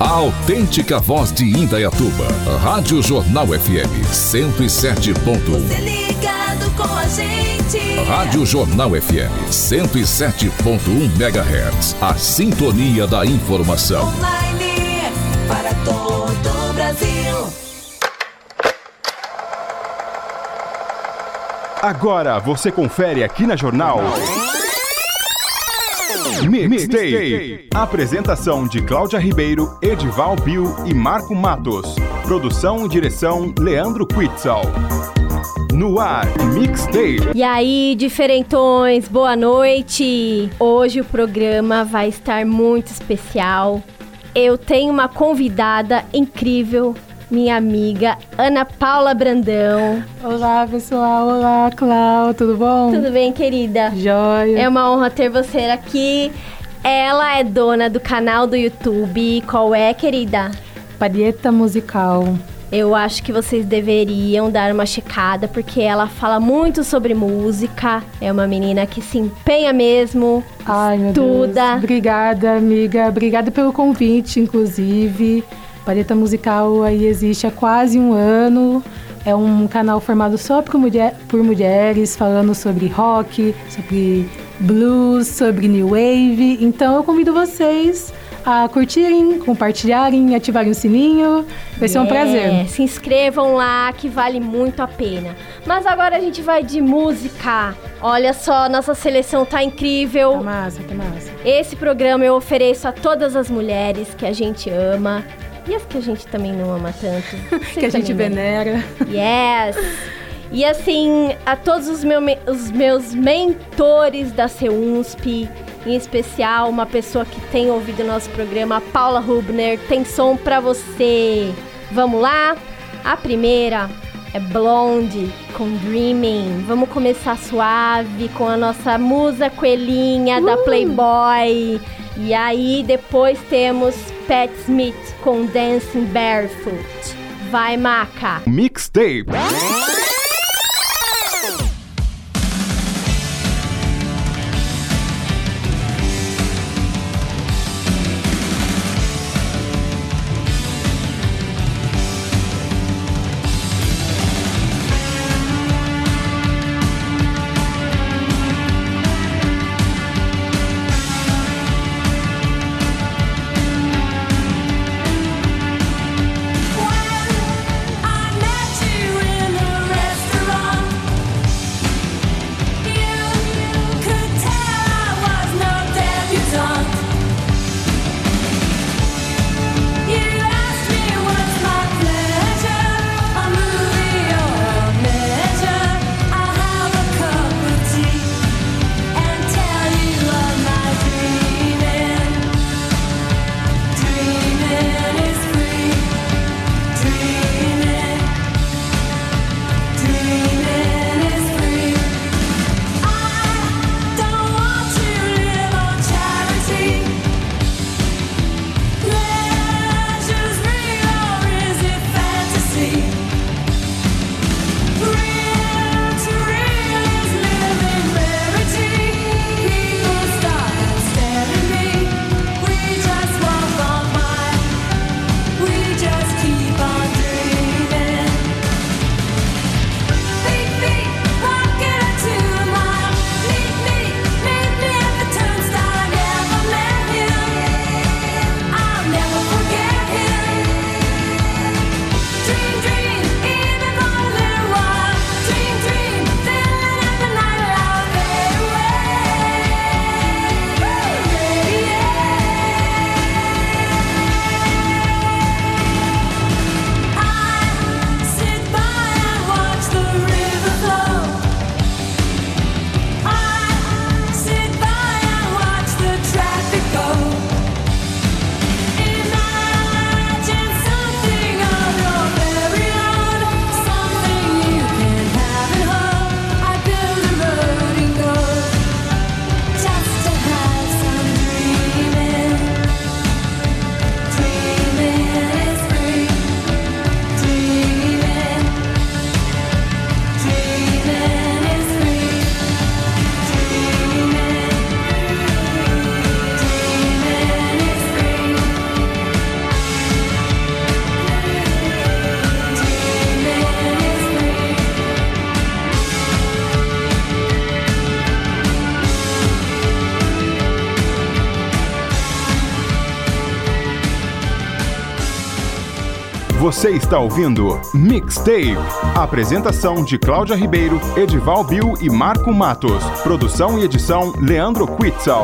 A autêntica voz de Indaiatuba. Rádio Jornal FM 107.1. Você ligado com a gente. Rádio Jornal FM 107.1 MHz. A sintonia da informação. Online para todo o Brasil. Agora você confere aqui na Jornal Mixtape. Apresentação de Cláudia Ribeiro, Edival Bill e Marco Matos. Produção e direção Leandro Quitzel. No ar, Mixtape. E aí, diferentões, boa noite. Hoje o programa vai estar muito especial. Eu tenho uma convidada incrível, minha amiga Ana Paula Brandão. Olá, pessoal. Olá, Cláudia. Tudo bom? Tudo bem, querida? Joia. É uma honra ter você aqui. Ela é dona do canal do YouTube. Qual é, querida? Palheta Musical. Eu acho que vocês deveriam dar uma checada, porque ela fala muito sobre música. É uma menina que se empenha mesmo, Ai, meu estuda. Deus. Obrigada, amiga. Obrigada pelo convite, inclusive. Palheta Musical aí existe há quase um ano. É um canal formado só por mulheres, falando sobre rock, sobre blues, sobre new wave. Então eu convido vocês a curtirem, compartilharem, ativarem o sininho. Vai ser um prazer. Se inscrevam lá, que vale muito a pena. Mas agora a gente vai de música. Olha só, nossa seleção tá incrível. Tá massa, tá massa. Esse programa eu ofereço a todas as mulheres que a gente ama. E as que a gente também não ama tanto. Que a gente venera. Yes! E assim, a todos os meus mentores da CEUNSP, em especial uma pessoa que tem ouvido nosso programa, a Paula Rubner, tem som pra você. Vamos lá? A primeira é Blonde, com Dreaming. Vamos começar suave com a nossa musa coelhinha da Playboy. E aí, depois temos Pat Smith com Dancing Barefoot. Vai, Maca! Mixtape. I met you in the rain. Você está ouvindo Mixtape. Apresentação de Cláudia Ribeiro, Edival Bill e Marco Matos. Produção e edição Leandro Quitzel.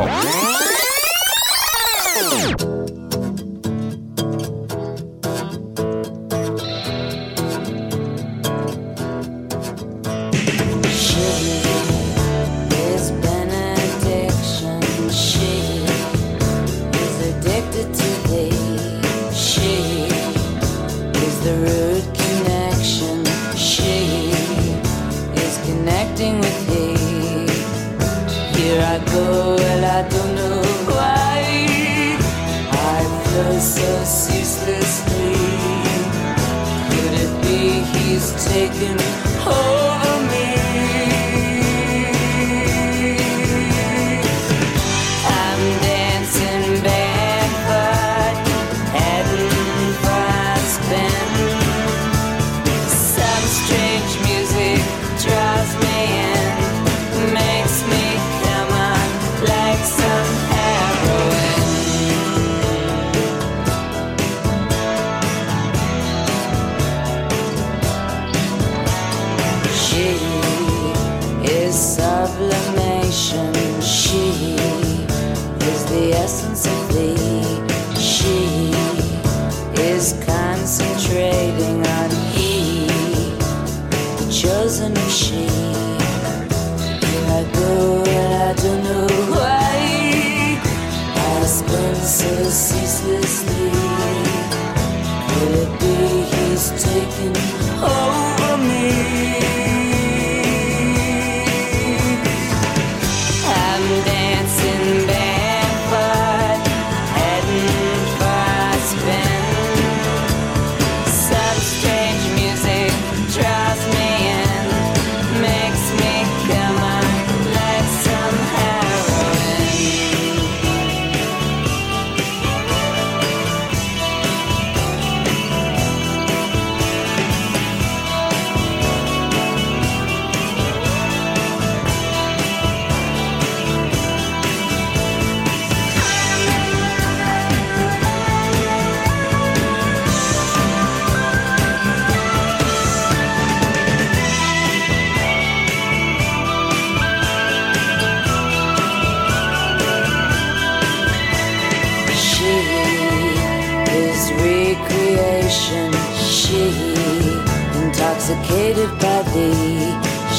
Intoxicated by thee,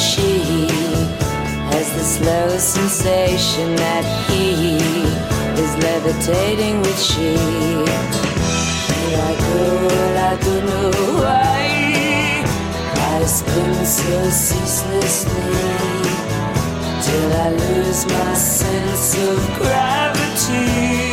she has the slow sensation that he is levitating with she. I don't know why I spin so ceaselessly till I lose my sense of gravity.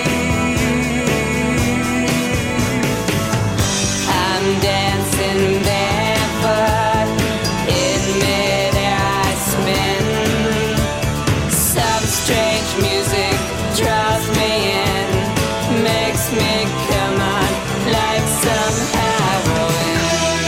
I'm dancing barefoot in midair. I spin. Some strange music draws me in, makes me come on like some heroin.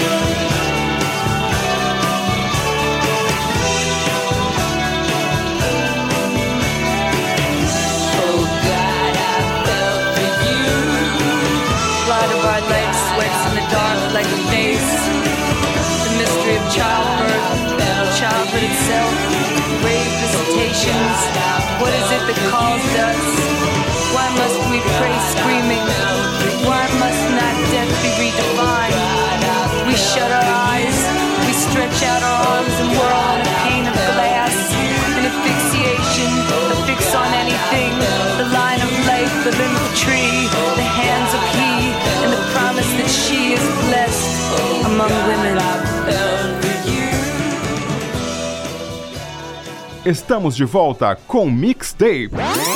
Oh God, I fell for you. Blood of our legs sweats in the dark like a face. The mystery of childbirth, childhood itself, grave visitations. What is it that calls us? Why must we pray screaming? Why must not death be redefined? We shut our eyes, we stretch out our arms and whirl on a pane of glass. An asphyxiation, a fix on anything. The line of life, the limb of a tree, the hands of he, and the promise that she is blessed among women. Estamos de volta com Mixtape.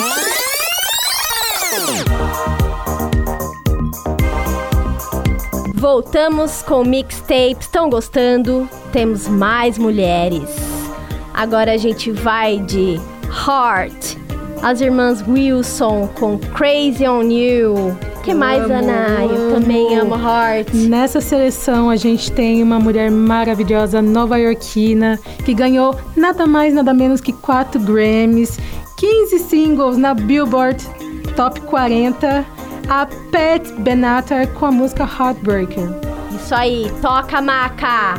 Voltamos com Mixtape. Estão gostando? Temos mais mulheres. Agora a gente vai de Heart. As irmãs Wilson com Crazy on You. Que mais, Ana? Eu também amo Heart. Nessa seleção a gente tem uma mulher maravilhosa, nova-iorquina, que ganhou nada mais, nada menos que 4 Grammys, 15 singles na Billboard Top 40, a Pat Benatar com a música Heartbreaker. Isso aí, toca, Maca!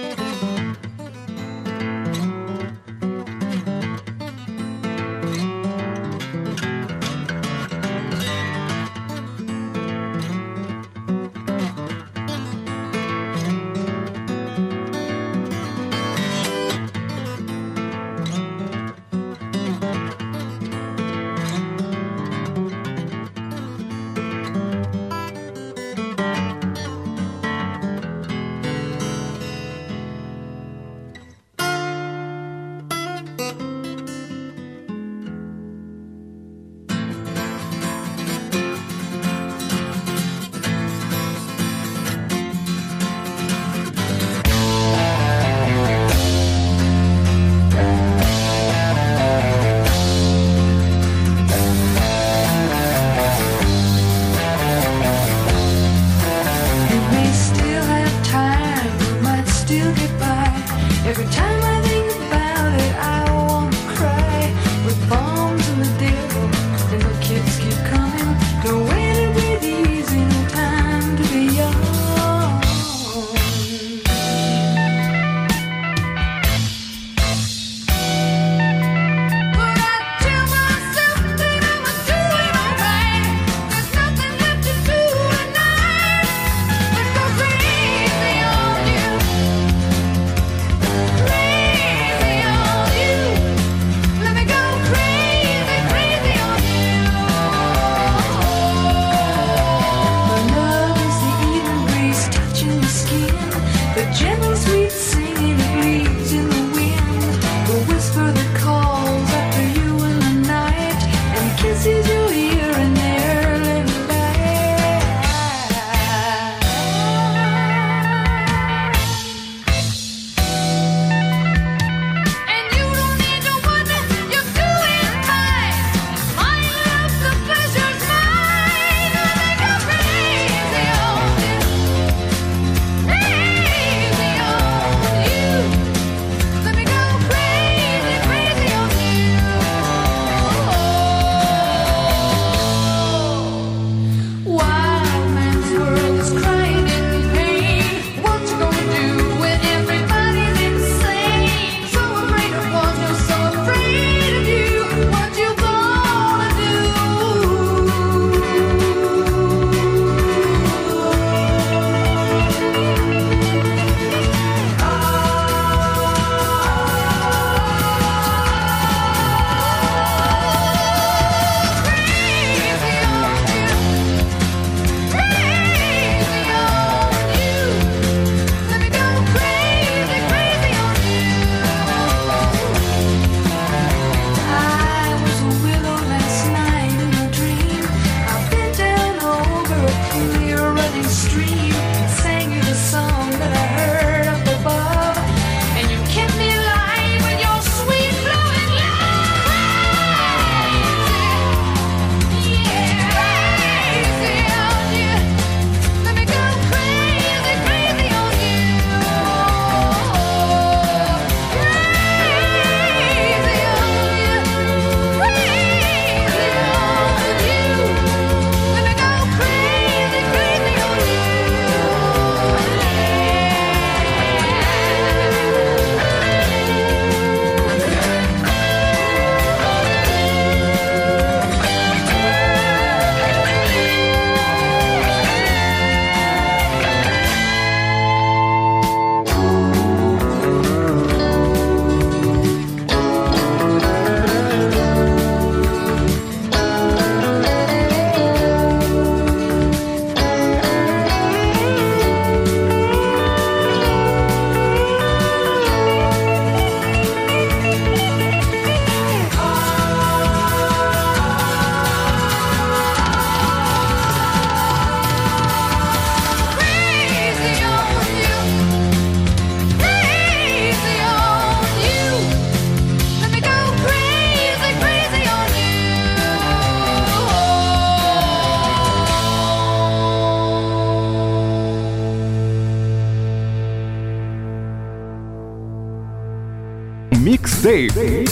Mixtape.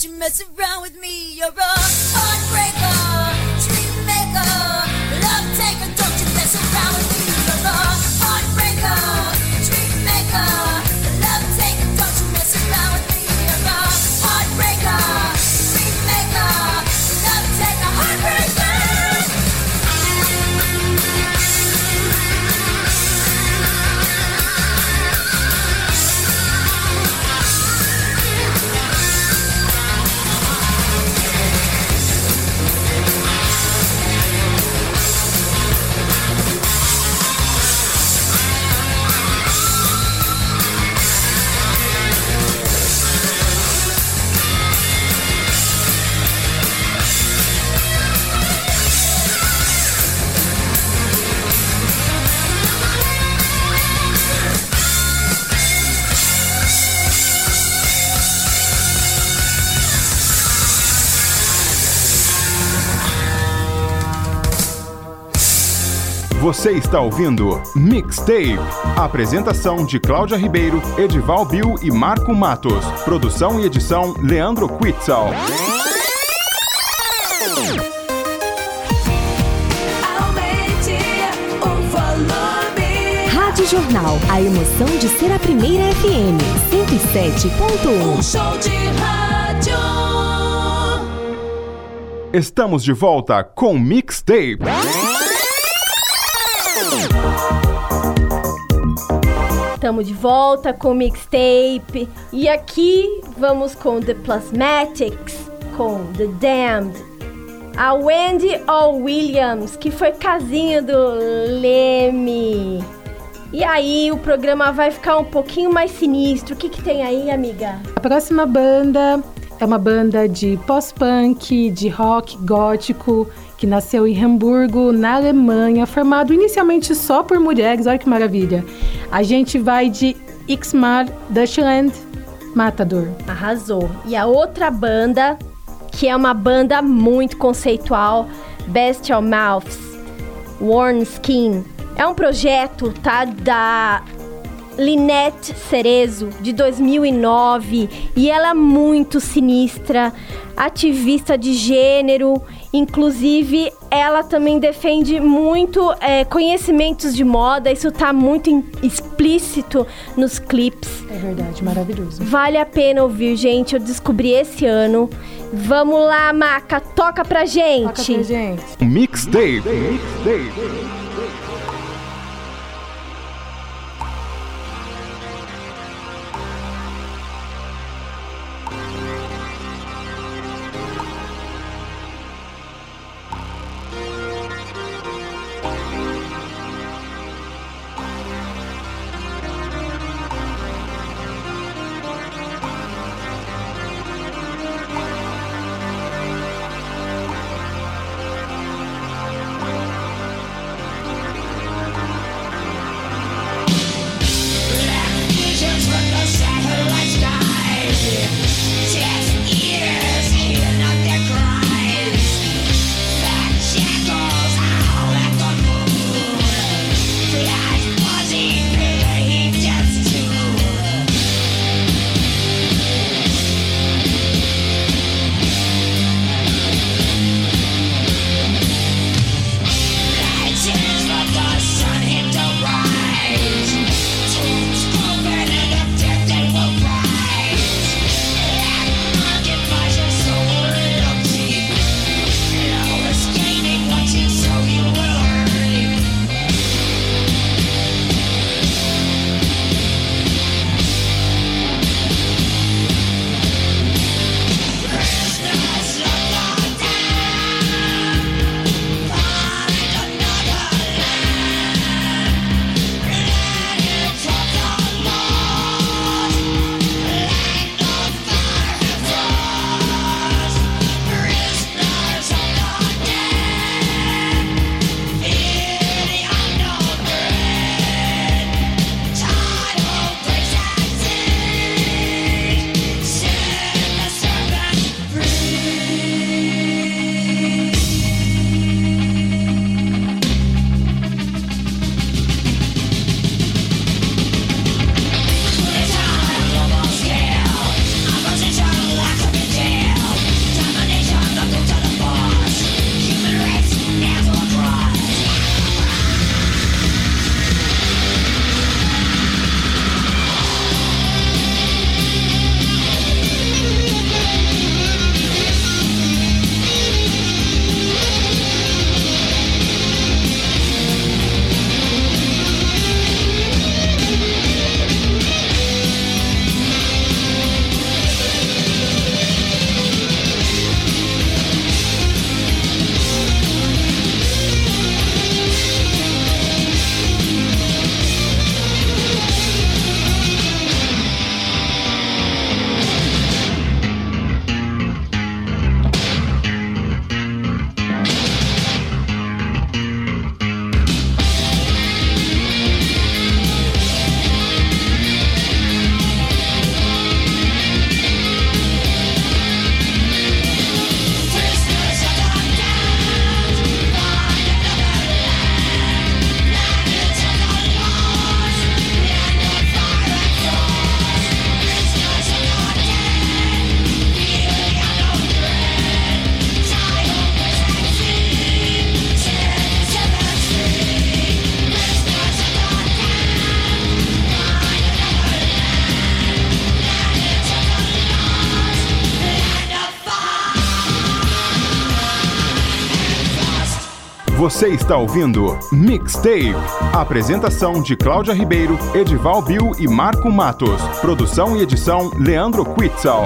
Don't you mess around with me. You're a heartbreaker, dream maker, love taker. Don't you mess around with me. You're a heartbreaker, dream maker, love taker. Don't you mess around with me. You're a heartbreaker, dream maker, love taker, heartbreaker. Você está ouvindo Mixtape. Apresentação de Cláudia Ribeiro, Edival Bill e Marco Matos. Produção e edição Leandro Quitzel. Aumente o volume. Rádio Jornal, a emoção de ser a primeira FM, 107.1. Show de rádio. Estamos de volta com Mixtape. Estamos de volta com o Mixtape. E aqui vamos com The Plasmatics, com The Damned. A Wendy O. Williams, que foi casinha do Leme. E aí o programa vai ficar um pouquinho mais sinistro. O que tem aí, amiga? A próxima banda é uma banda de pós-punk, de rock gótico, que nasceu em Hamburgo, na Alemanha, formado inicialmente só por mulheres. Olha que maravilha. A gente vai de Ixmar, Deutschland, Matador. Arrasou. E a outra banda, que é uma banda muito conceitual, Bestial Mouths, Worn Skin. É um projeto, tá, da Linette Cerezo, de 2009, e ela é muito sinistra, ativista de gênero. Inclusive, ela também defende muito conhecimentos de moda. Isso tá muito explícito nos clipes. É verdade, maravilhoso. Vale a pena ouvir, gente. Eu descobri esse ano. Vamos lá, Maca, toca pra gente. Toca pra gente. Mixtape. Você está ouvindo Mixtape. Apresentação de Cláudia Ribeiro, Edival Bill e Marco Matos. Produção e edição Leandro Quitzal.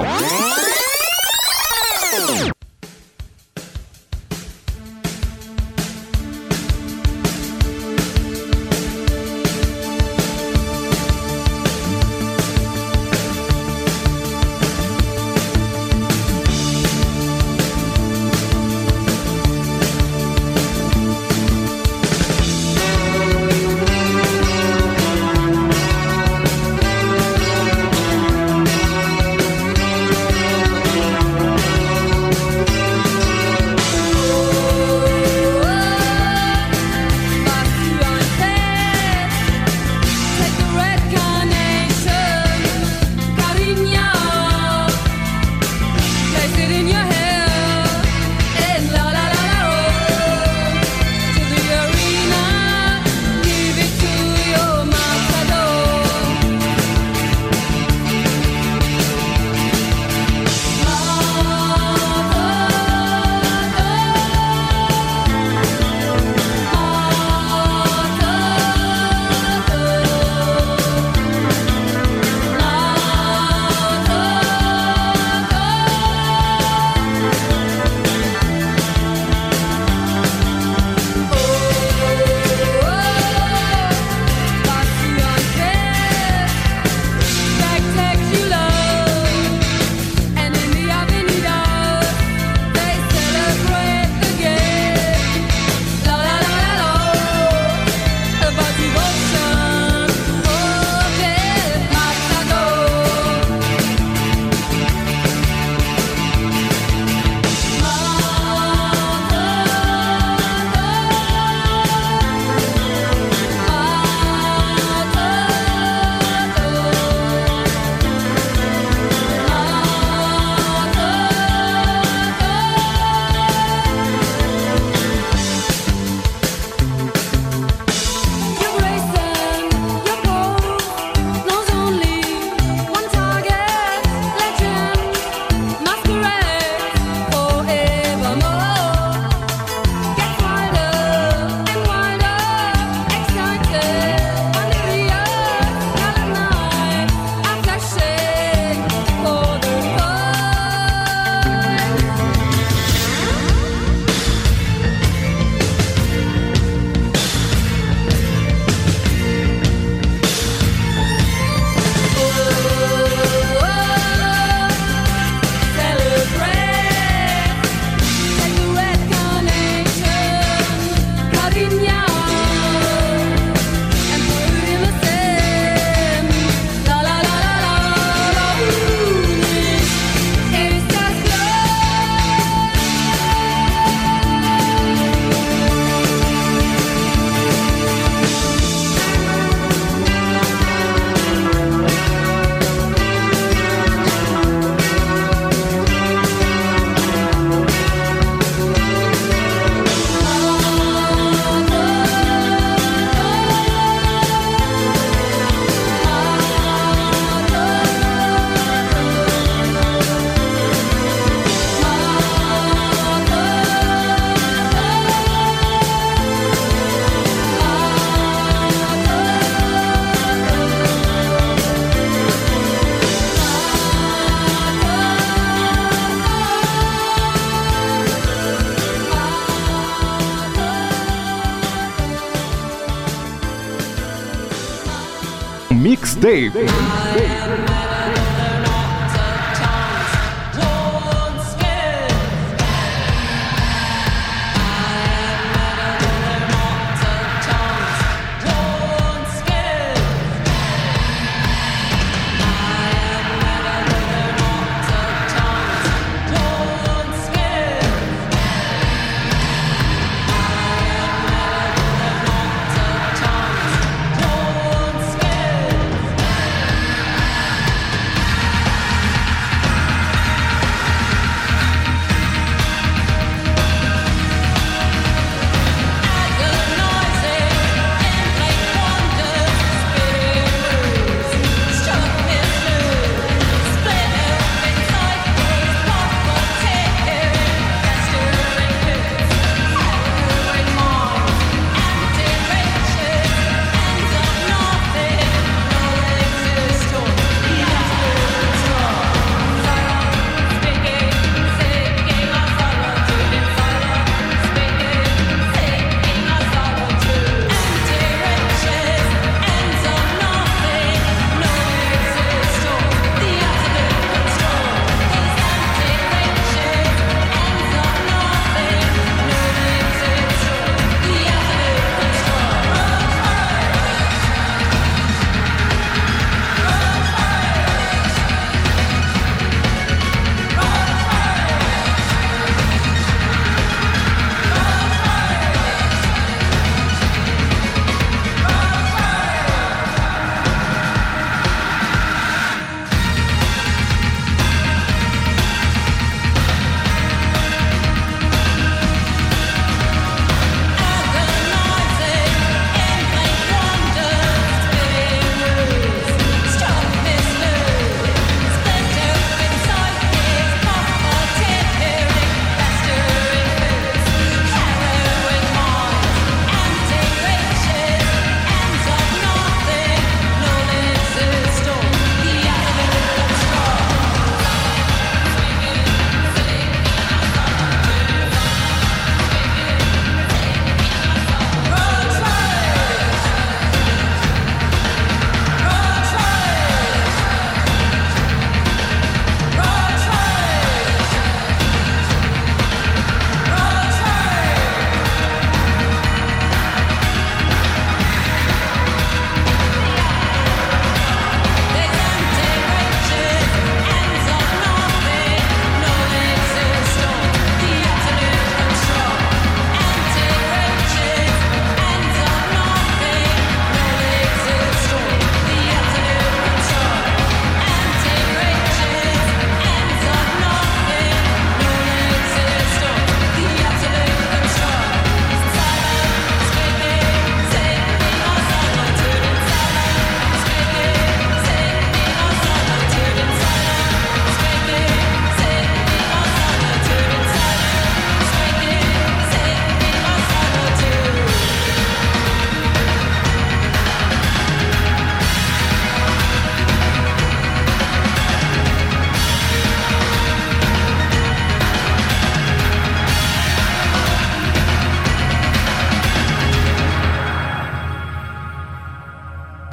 Mixtape.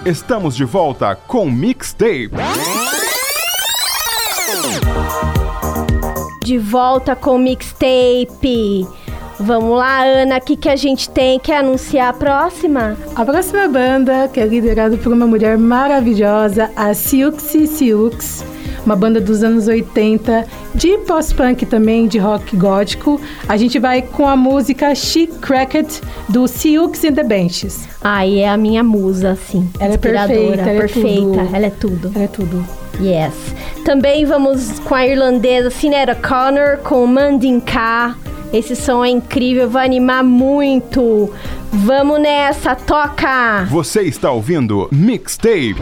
Estamos de volta com Mixtape. De volta com Mixtape. Vamos lá, Ana, o que a gente tem? Quer anunciar a próxima? A próxima banda, que é liderada por uma mulher maravilhosa, a Siouxsie Sioux, uma banda dos anos 80, de post-punk também, de rock gótico. A gente vai com a música She Cracked, do Siouxsie and the Banshees. Ai, é a minha musa, assim. Ela é perfeita, ela é tudo. Ela é tudo. Ela é tudo. Yes. Também vamos com a irlandesa Sinead O'Connor, com Mandinka. Esse som é incrível, vai animar muito. Vamos nessa, toca! Você está ouvindo Mixtape.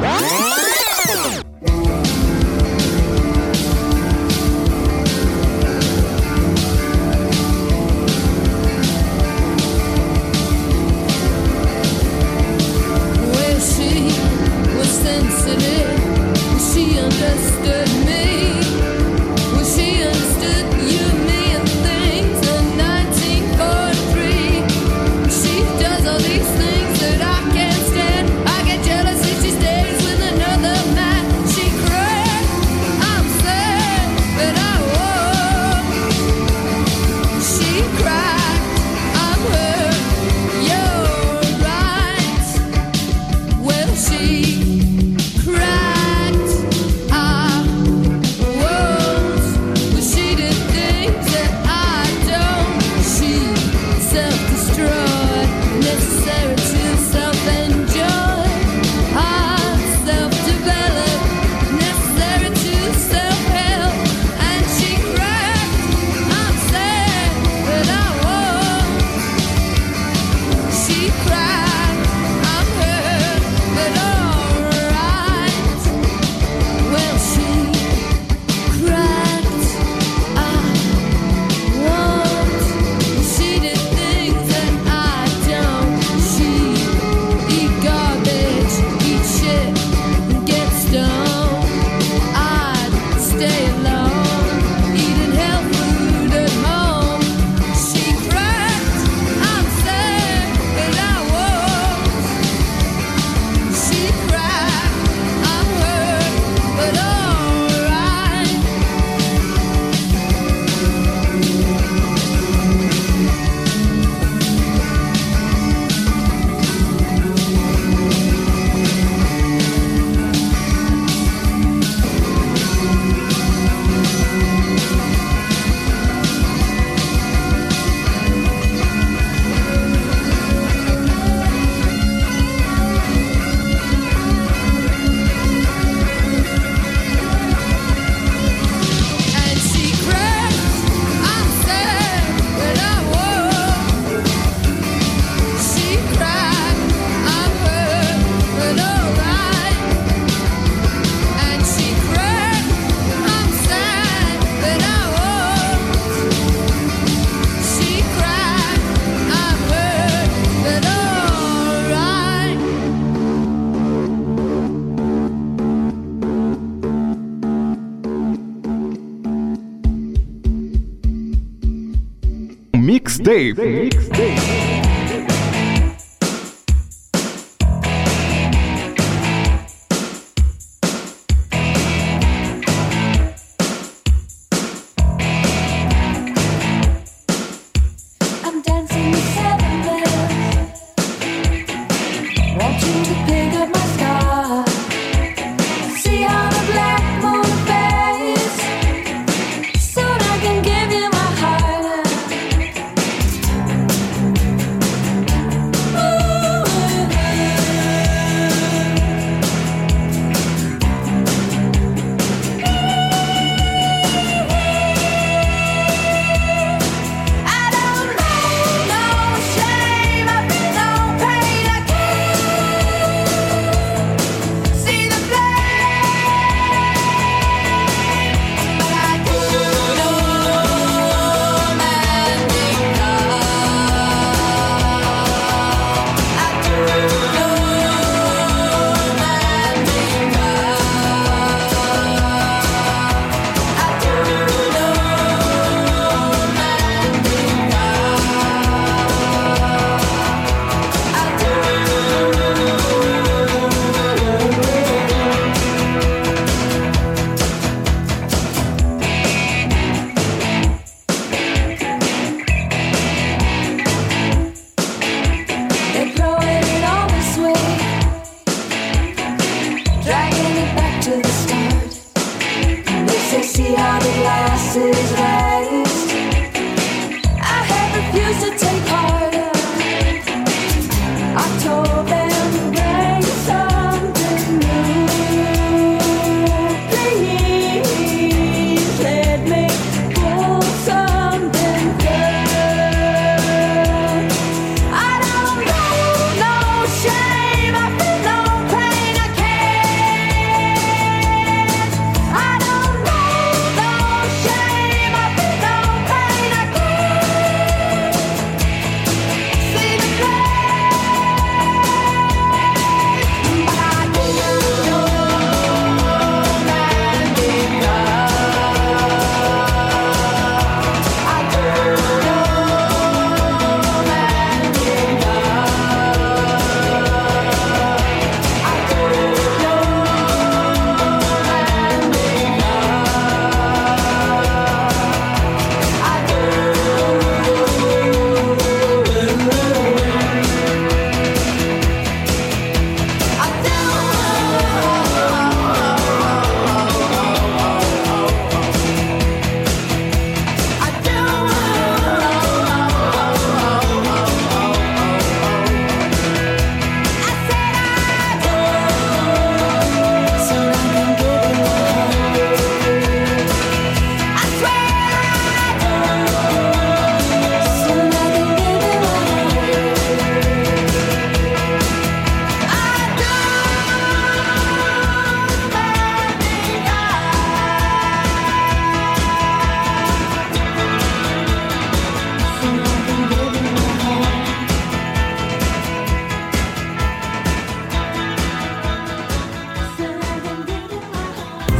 Mixtape.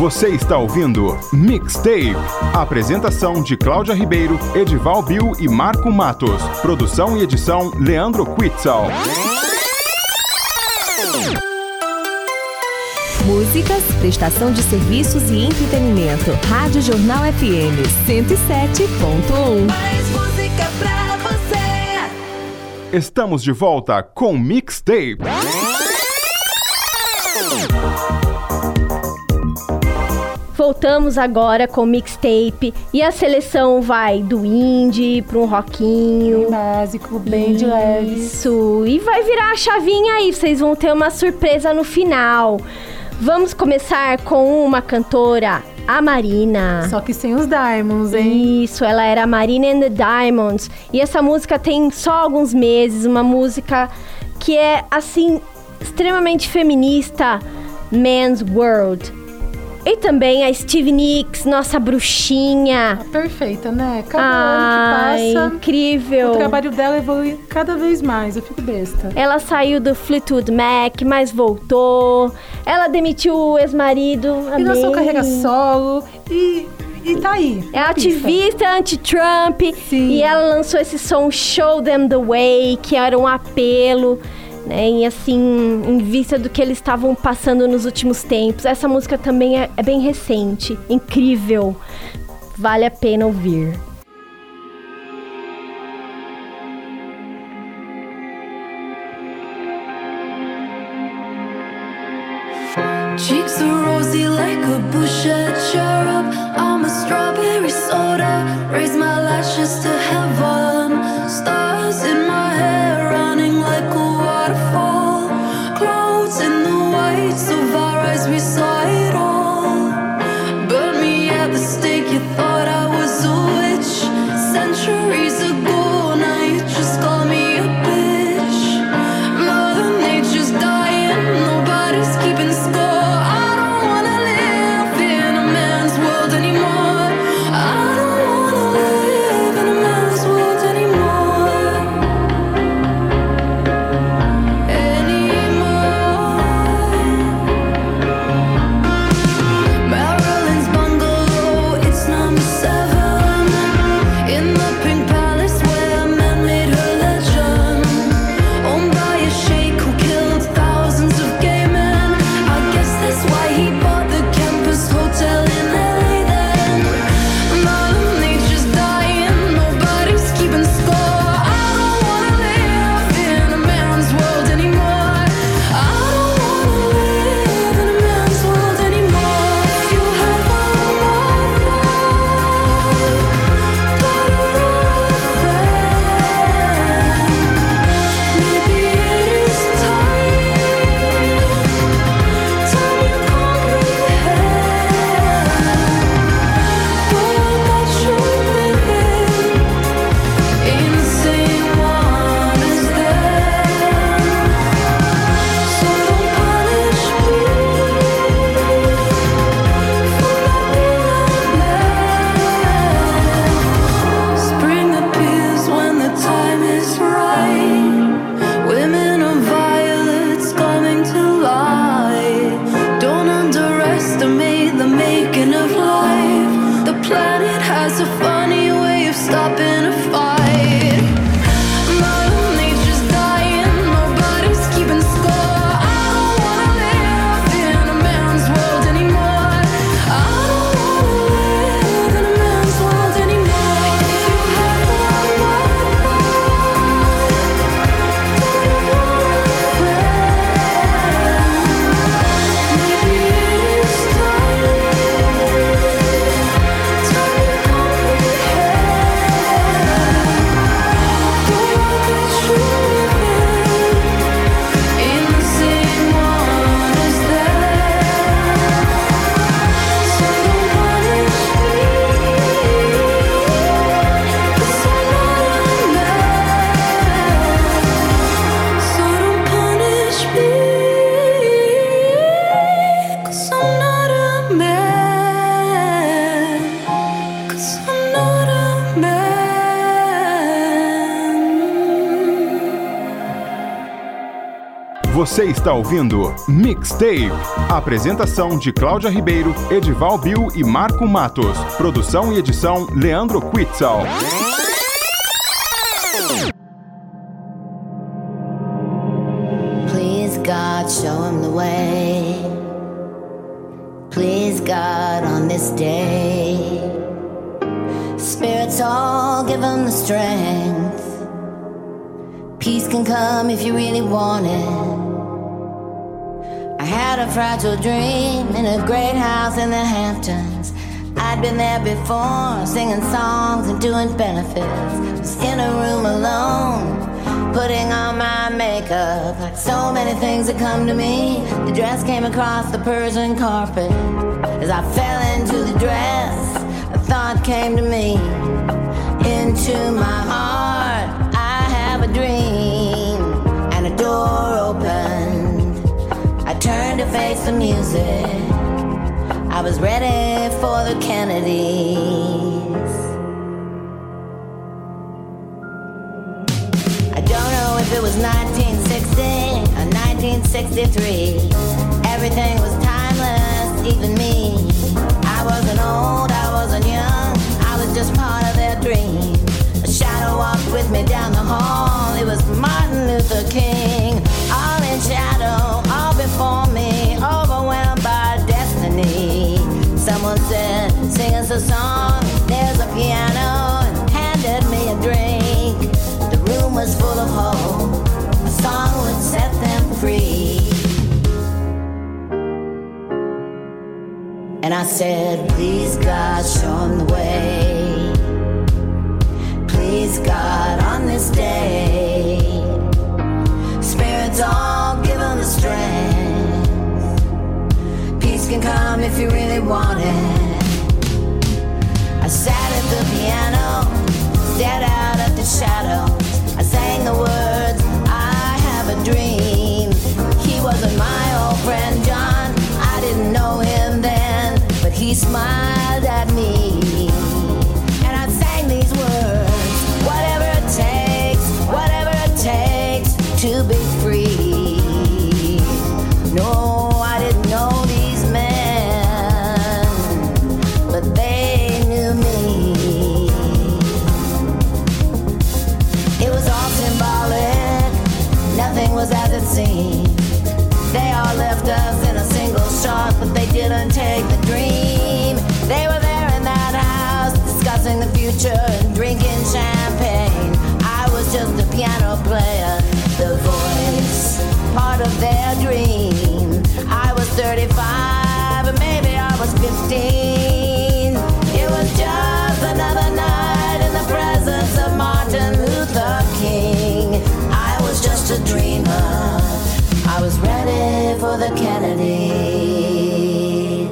Você está ouvindo Mixtape. Apresentação de Cláudia Ribeiro, Edival Bill e Marco Matos. Produção e edição Leandro Quitzal. Músicas, prestação de serviços e entretenimento. Rádio Jornal FM 107.1. Mais música pra você. Estamos de volta com Mixtape. Voltamos agora com Mixtape e a seleção vai do indie para um rockinho. Básico, bem de leve. Isso, e vai virar a chavinha aí, vocês vão ter uma surpresa no final. Vamos começar com uma cantora, a Marina. Só que sem os Diamonds, hein? Isso, ela era a Marina and the Diamonds. E essa música tem só alguns meses, uma música que é, assim, extremamente feminista, Man's World. E também a Stevie Nicks, nossa bruxinha. Perfeita, né? Cada ano que passa, incrível. o trabalho dela evolui cada vez mais. Eu fico besta. Ela saiu do Fleetwood Mac, mas voltou. Ela demitiu o ex-marido. E lançou carreira solo e tá aí. É ativista anti-Trump. Sim. E ela lançou esse som Show Them the Way, que era um apelo, né? E assim, em vista do que eles estavam passando nos últimos tempos. Essa música também é bem recente. Incrível. Vale a pena ouvir. Cheeks are rosy like a bouchette cherub. I'm a strawberry soda. Raise my lashes to heaven. Stars in my hair running like a waterfall. Clouds in the whites of our eyes, we saw it all. Burn me at the stake, you thought I was a witch. Centuries ago, now you just call me a bitch. Mother Nature's dying, nobody's keeping score. Você está ouvindo Mixtape. Apresentação de Cláudia Ribeiro, Edival Bill e Marco Matos. Produção e edição Leandro Quitzel. Please God, show him the way. Please God, on this day. Spirits all give him the strength. Peace can come if you really want it. I had a fragile dream in a great house in the Hamptons. I'd been there before, singing songs and doing benefits. Was in a room alone, putting on my makeup. Like so many things that come to me, the dress came across the Persian carpet. As I fell into the dress, a thought came to me. Into my heart, I have a dream, and a door opened. I turned to face the music. I was ready for the Kennedys. I don't know if it was 1960 or 1963. Everything was timeless, even me. I wasn't old, I wasn't young, I was just part of their dream. A shadow walked with me down the hall. It was Martin Luther King. All in shadow, all before me, overwhelmed by destiny. Someone said, sing us a song. There's a piano, and handed me a drink. The room was full of hope. A song would set them free. And I said, please God, show him the way. Please God, on this day. Spirits all give him the strength. Peace can come if you really want it. I sat at the piano, stared out at the shadows. I sang the words, I have a dream. He wasn't my old friend John, I didn't know him then, but he smiled at me. And I sang these words, whatever it takes to be free. No, I didn't know these men, but they knew me. It was all symbolic, nothing was as it seemed. They all left us in a single shot, but they didn't take the dream. They were there in that house, discussing the future and drinking champagne. I was just a piano player, the voice, part of their dream. I was 35, and maybe I was 15. It was just another night in the presence of Martin Luther King. I was just a dreamer, I was ready for the Kennedys.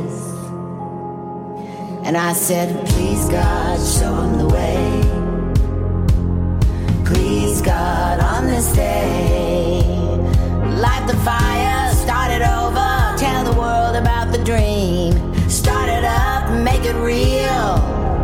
And I said, please God, show him the way. Please God, on this day. Light the fire, start it over. Tell the world about the dream. Start it up, make it real.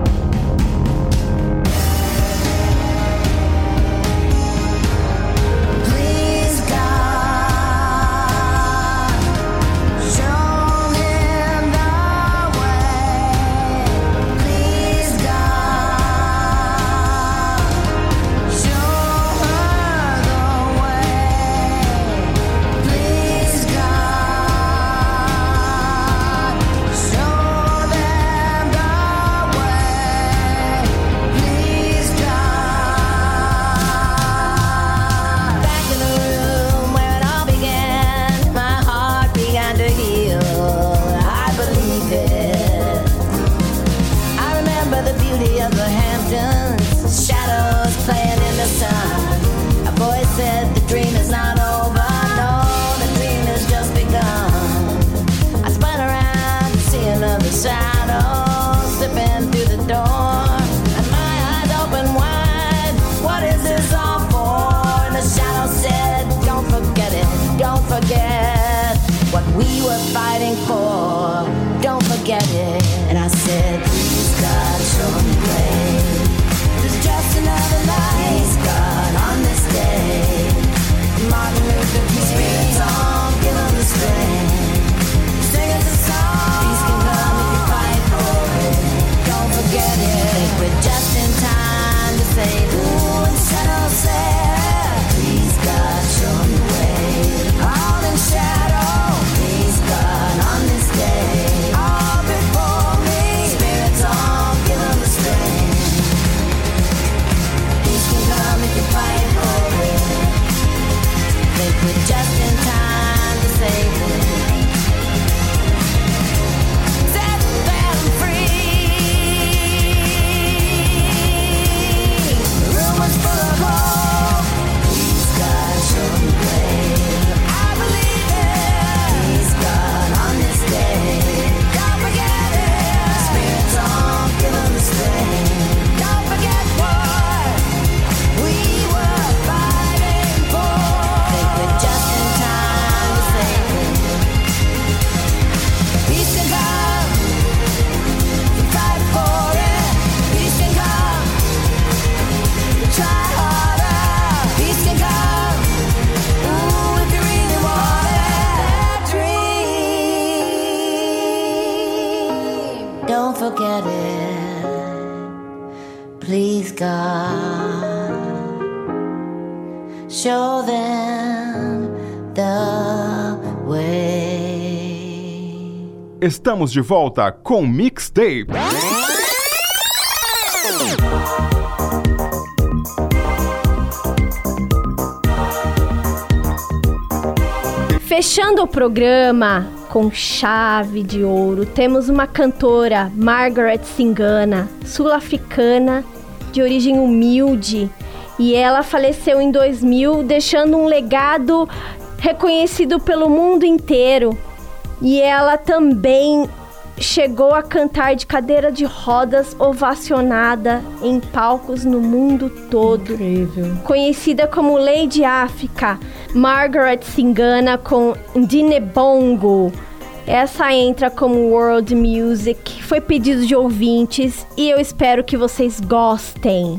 Said the dream is not over, no, the dream has just begun. I spun around to see another shadow slipping through the door, and my eyes open wide. What is this all for? And the shadow said, don't forget it, don't forget what we were fighting for. Don't forget it. And I said, please God, show me the way. There's just another light, God, on this day. Martin Luther King. Spirits all Estamos de volta com Mixtape. Fechando o programa com chave de ouro, temos uma cantora, Margaret Singana, sul-africana, de origem humilde, e ela faleceu em 2000, deixando um legado reconhecido pelo mundo inteiro. E ela também chegou a cantar de cadeira de rodas, ovacionada em palcos no mundo todo. Incrível. Conhecida como Lady África, Margaret Singana com Ndinebongo. Essa entra como World Music, foi pedido de ouvintes e eu espero que vocês gostem.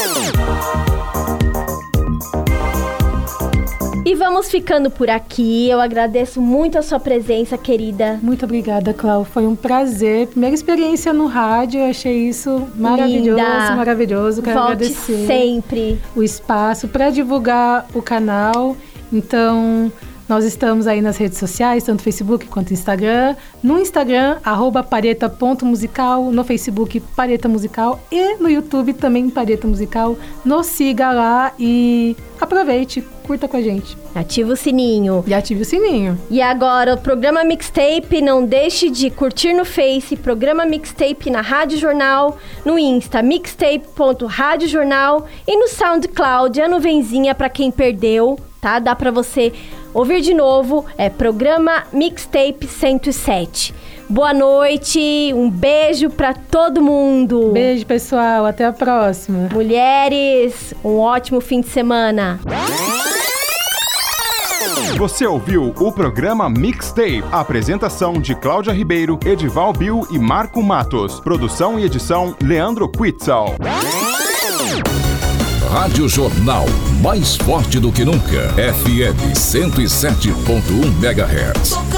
E vamos ficando por aqui. Eu agradeço muito a sua presença, querida. Muito obrigada, Clau. Foi um prazer. Primeira experiência no rádio. Eu achei isso maravilhoso, Linda. maravilhoso. Quero Volte agradecer sempre. o espaço para divulgar o canal. Então, nós estamos aí nas redes sociais, tanto Facebook quanto Instagram. No Instagram, @pareta.musical, no Facebook, Pareta Musical e no YouTube também, Pareta Musical. Nos siga lá e aproveite, curta com a gente. Ativa o sininho. E ative o sininho. E agora, o programa Mixtape, não deixe de curtir no Face, programa Mixtape na Rádio Jornal, no Insta, mixtape.radiojornal e no SoundCloud, a nuvenzinha pra quem perdeu, tá? Dá pra você ouvir de novo, é programa Mixtape 107. Boa noite, um beijo pra todo mundo. Beijo, pessoal, até a próxima. Mulheres, um ótimo fim de semana. Você ouviu o programa Mixtape. Apresentação de Cláudia Ribeiro, Edival Bill e Marco Matos. Produção e edição Leandro Quitzel. Rádio Jornal, mais forte do que nunca. FM 107.1 MHz.